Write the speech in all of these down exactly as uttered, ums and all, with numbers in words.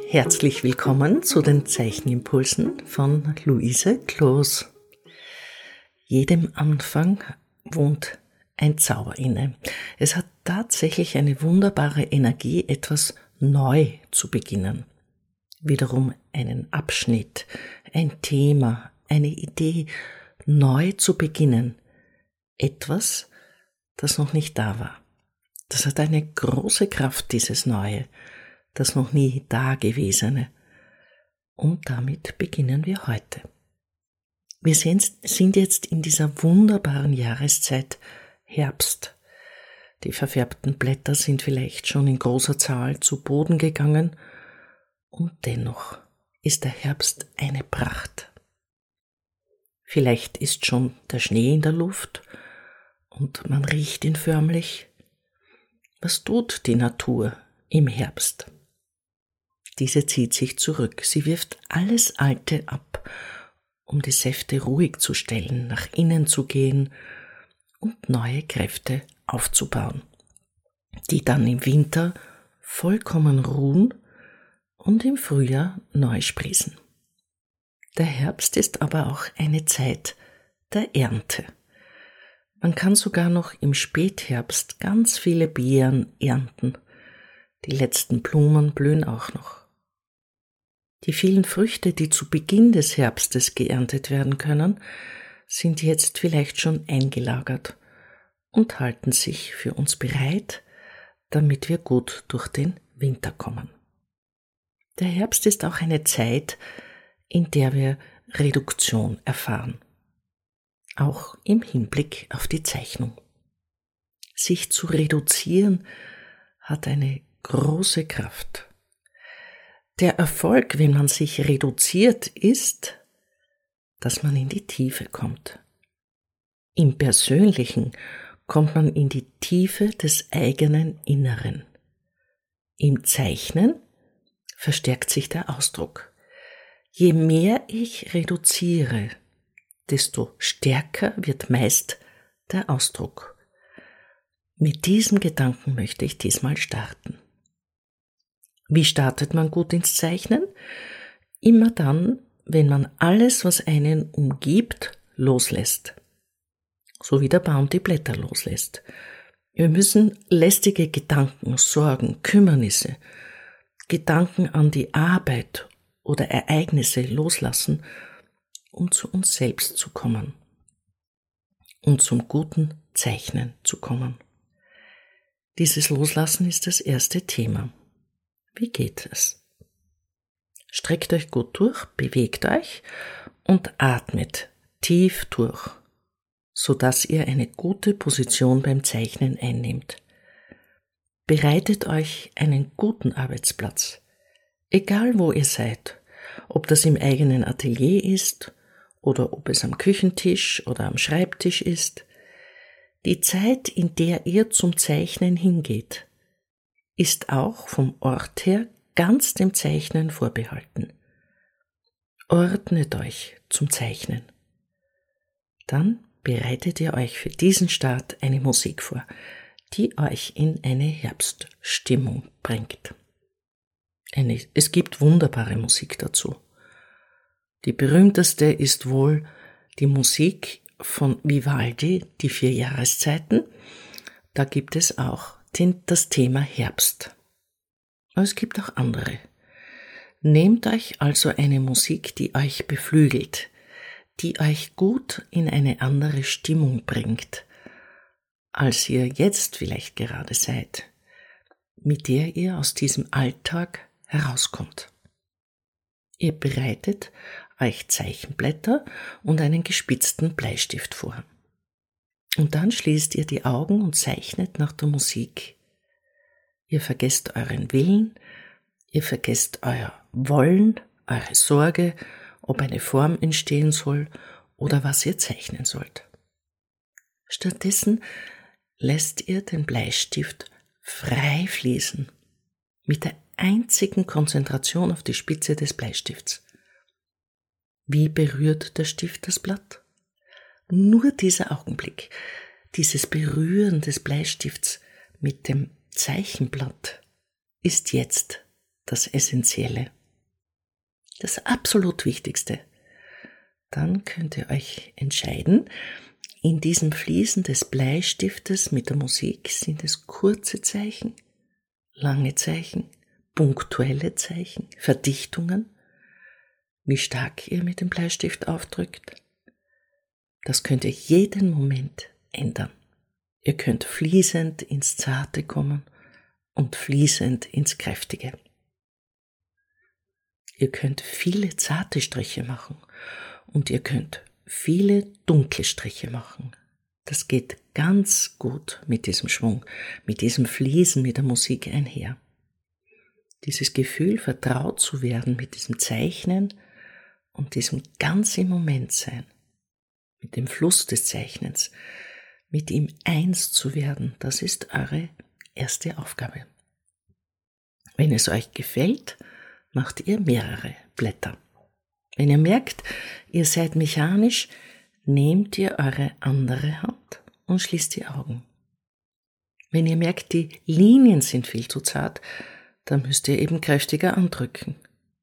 Herzlich willkommen zu den Zeichenimpulsen von Luise Kloos. Jedem Anfang wohnt ein Zauber inne. Es hat tatsächlich eine wunderbare Energie, etwas neu zu beginnen. Wiederum einen Abschnitt, ein Thema, eine Idee neu zu beginnen. Etwas, das noch nicht da war. Das hat eine große Kraft, dieses Neue, das noch nie Dagewesene. Und damit beginnen wir heute. Wir sind jetzt in dieser wunderbaren Jahreszeit Herbst. Die verfärbten Blätter sind vielleicht schon in großer Zahl zu Boden gegangen und dennoch ist der Herbst eine Pracht. Vielleicht ist schon der Schnee in der Luft und man riecht ihn förmlich. Was tut die Natur im Herbst? Diese zieht sich zurück, sie wirft alles Alte ab, um die Säfte ruhig zu stellen, nach innen zu gehen und neue Kräfte aufzubauen, die dann im Winter vollkommen ruhen und im Frühjahr neu sprießen. Der Herbst ist aber auch eine Zeit der Ernte. Man kann sogar noch im Spätherbst ganz viele Beeren ernten. Die letzten Blumen blühen auch noch. Die vielen Früchte, die zu Beginn des Herbstes geerntet werden können, sind jetzt vielleicht schon eingelagert und halten sich für uns bereit, damit wir gut durch den Winter kommen. Der Herbst ist auch eine Zeit, in der wir Reduktion erfahren. Auch im Hinblick auf die Zeichnung. Sich zu reduzieren hat eine große Kraft. Der Erfolg, wenn man sich reduziert, ist, dass man in die Tiefe kommt. Im Persönlichen kommt man in die Tiefe des eigenen Inneren. Im Zeichnen verstärkt sich der Ausdruck. Je mehr ich reduziere, desto stärker wird meist der Ausdruck. Mit diesem Gedanken möchte ich diesmal starten. Wie startet man gut ins Zeichnen? Immer dann, wenn man alles, was einen umgibt, loslässt. So wie der Baum die Blätter loslässt. Wir müssen lästige Gedanken, Sorgen, Kümmernisse, Gedanken an die Arbeit oder Ereignisse loslassen, um zu uns selbst zu kommen und zum guten Zeichnen zu kommen. Dieses Loslassen ist das erste Thema. Wie geht es? Streckt euch gut durch, bewegt euch und atmet tief durch, sodass ihr eine gute Position beim Zeichnen einnehmt. Bereitet euch einen guten Arbeitsplatz, egal wo ihr seid, ob das im eigenen Atelier ist oder ob es am Küchentisch oder am Schreibtisch ist. Die Zeit, in der ihr zum Zeichnen hingeht, ist auch vom Ort her ganz dem Zeichnen vorbehalten. Ordnet euch zum Zeichnen. Dann bereitet ihr euch für diesen Start eine Musik vor, die euch in eine Herbststimmung bringt. Eine, es gibt wunderbare Musik dazu. Die berühmteste ist wohl die Musik von Vivaldi, die vier Jahreszeiten. Da gibt es auch den, das Thema Herbst. Aber es gibt auch andere. Nehmt euch also eine Musik, die euch beflügelt, die euch gut in eine andere Stimmung bringt, als ihr jetzt vielleicht gerade seid, mit der ihr aus diesem Alltag herauskommt. Ihr bereitet euch Zeichenblätter und einen gespitzten Bleistift vor. Und dann schließt ihr die Augen und zeichnet nach der Musik. Ihr vergesst euren Willen, ihr vergesst euer Wollen, eure Sorge, ob eine Form entstehen soll oder was ihr zeichnen sollt. Stattdessen lässt ihr den Bleistift frei fließen, mit der einzigen Konzentration auf die Spitze des Bleistifts. Wie berührt der Stift das Blatt? Nur dieser Augenblick, dieses Berühren des Bleistifts mit dem Zeichenblatt ist jetzt das Essentielle Das absolut Wichtigste. Dann könnt ihr euch entscheiden, in diesem Fließen des Bleistiftes mit der Musik sind es kurze Zeichen, lange Zeichen, punktuelle Zeichen, Verdichtungen, wie stark ihr mit dem Bleistift aufdrückt. Das könnt ihr jeden Moment ändern. Ihr könnt fließend ins Zarte kommen und fließend ins Kräftige. Ihr könnt viele zarte Striche machen und ihr könnt viele dunkle Striche machen. Das geht ganz gut mit diesem Schwung, mit diesem Fließen, mit der Musik einher. Dieses Gefühl, vertraut zu werden mit diesem Zeichnen und diesem ganz im Moment sein, mit dem Fluss des Zeichnens, mit ihm eins zu werden, das ist eure erste Aufgabe. Wenn es euch gefällt, macht ihr mehrere Blätter. Wenn ihr merkt, ihr seid mechanisch, nehmt ihr eure andere Hand und schließt die Augen. Wenn ihr merkt, die Linien sind viel zu zart, dann müsst ihr eben kräftiger andrücken.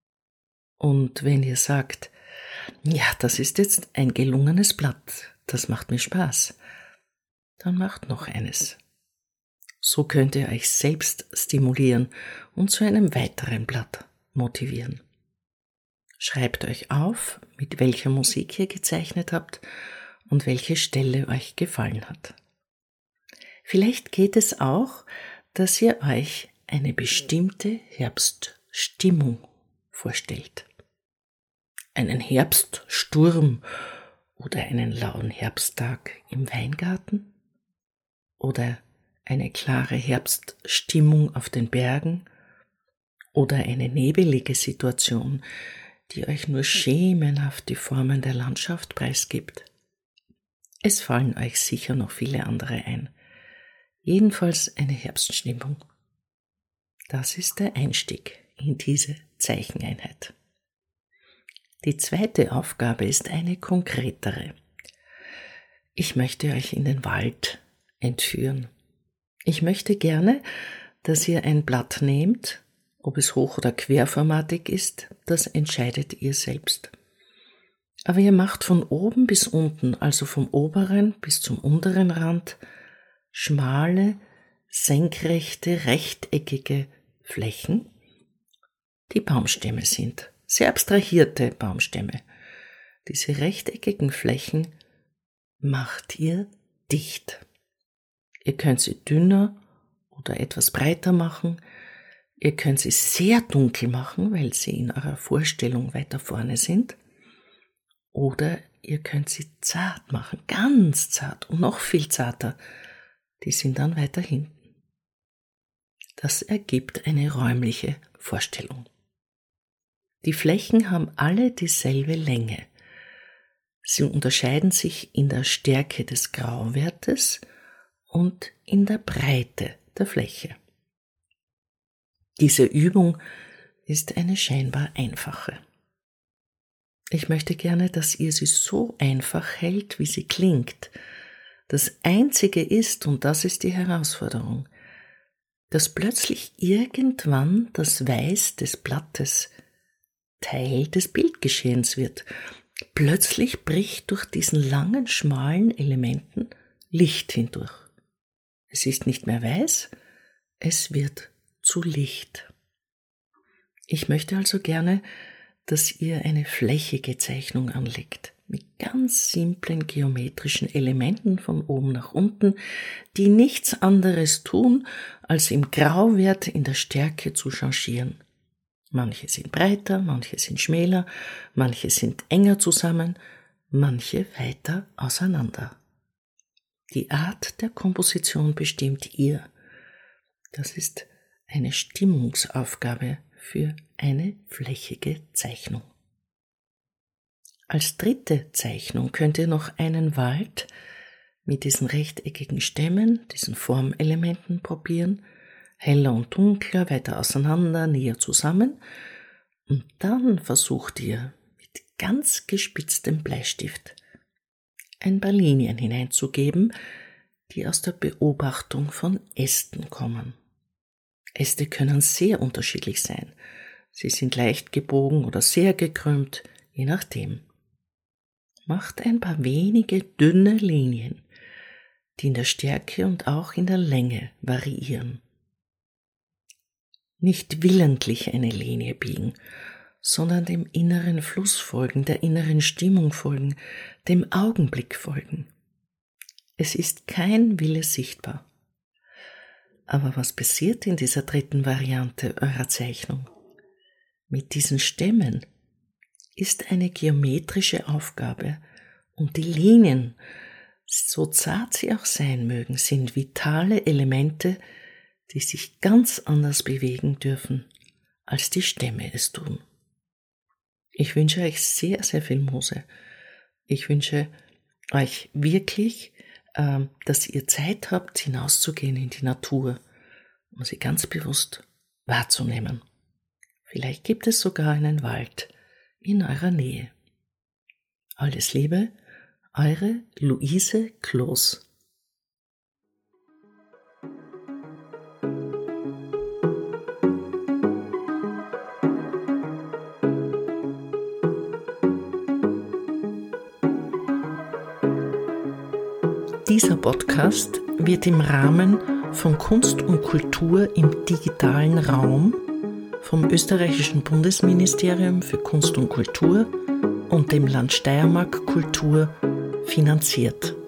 Und wenn ihr sagt, ja, das ist jetzt ein gelungenes Blatt, das macht mir Spaß, dann macht noch eines. So könnt ihr euch selbst stimulieren und zu einem weiteren Blatt motivieren. Schreibt euch auf, mit welcher Musik ihr gezeichnet habt und welche Stelle euch gefallen hat. Vielleicht geht es auch, dass ihr euch eine bestimmte Herbststimmung vorstellt. Einen Herbststurm oder einen lauen Herbsttag im Weingarten oder eine klare Herbststimmung auf den Bergen oder eine nebelige Situation, die euch nur schemenhaft die Formen der Landschaft preisgibt. Es fallen euch sicher noch viele andere ein. Jedenfalls eine Herbststimmung. Das ist der Einstieg in diese Zeicheneinheit. Die zweite Aufgabe ist eine konkretere. Ich möchte euch in den Wald entführen. Ich möchte gerne, dass ihr ein Blatt nehmt, ob es hoch- oder querformatig ist, das entscheidet ihr selbst. Aber ihr macht von oben bis unten, also vom oberen bis zum unteren Rand, schmale, senkrechte, rechteckige Flächen, die Baumstämme sind. Sehr abstrahierte Baumstämme. Diese rechteckigen Flächen macht ihr dicht. Ihr könnt sie dünner oder etwas breiter machen. Ihr könnt sie sehr dunkel machen, weil sie in eurer Vorstellung weiter vorne sind. Oder ihr könnt sie zart machen, ganz zart und noch viel zarter. Die sind dann weiter hinten. Das ergibt eine räumliche Vorstellung. Die Flächen haben alle dieselbe Länge. Sie unterscheiden sich in der Stärke des Grauwertes und in der Breite der Fläche. Diese Übung ist eine scheinbar einfache. Ich möchte gerne, dass ihr sie so einfach hält, wie sie klingt. Das Einzige ist, und das ist die Herausforderung, dass plötzlich irgendwann das Weiß des Blattes Teil des Bildgeschehens wird. Plötzlich bricht durch diesen langen, schmalen Elementen Licht hindurch. Es ist nicht mehr weiß, es wird zu Licht. Ich möchte also gerne, dass ihr eine flächige Zeichnung anlegt, mit ganz simplen geometrischen Elementen von oben nach unten, die nichts anderes tun, als im Grauwert in der Stärke zu changieren. Manche sind breiter, manche sind schmäler, manche sind enger zusammen, manche weiter auseinander. Die Art der Komposition bestimmt ihr. Das ist eine Stimmungsaufgabe für eine flächige Zeichnung. Als dritte Zeichnung könnt ihr noch einen Wald mit diesen rechteckigen Stämmen, diesen Formelementen probieren, heller und dunkler, weiter auseinander, näher zusammen, und dann versucht ihr mit ganz gespitztem Bleistift ein paar Linien hineinzugeben, die aus der Beobachtung von Ästen kommen. Äste können sehr unterschiedlich sein. Sie sind leicht gebogen oder sehr gekrümmt, je nachdem. Macht ein paar wenige dünne Linien, die in der Stärke und auch in der Länge variieren. Nicht willentlich eine Linie biegen, sondern dem inneren Fluss folgen, der inneren Stimmung folgen, dem Augenblick folgen. Es ist kein Wille sichtbar. Aber was passiert in dieser dritten Variante eurer Zeichnung? Mit diesen Stämmen ist eine geometrische Aufgabe und die Linien, so zart sie auch sein mögen, sind vitale Elemente, die sich ganz anders bewegen dürfen, als die Stämme es tun. Ich wünsche euch sehr, sehr viel Muse. Ich wünsche euch wirklich, äh, dass ihr Zeit habt, hinauszugehen in die Natur und sie ganz bewusst wahrzunehmen. Vielleicht gibt es sogar einen Wald in eurer Nähe. Alles Liebe, eure Luise Kloos. Dieser Podcast wird im Rahmen von Kunst und Kultur im digitalen Raum vom Österreichischen Bundesministerium für Kunst und Kultur und dem Land Steiermark Kultur finanziert.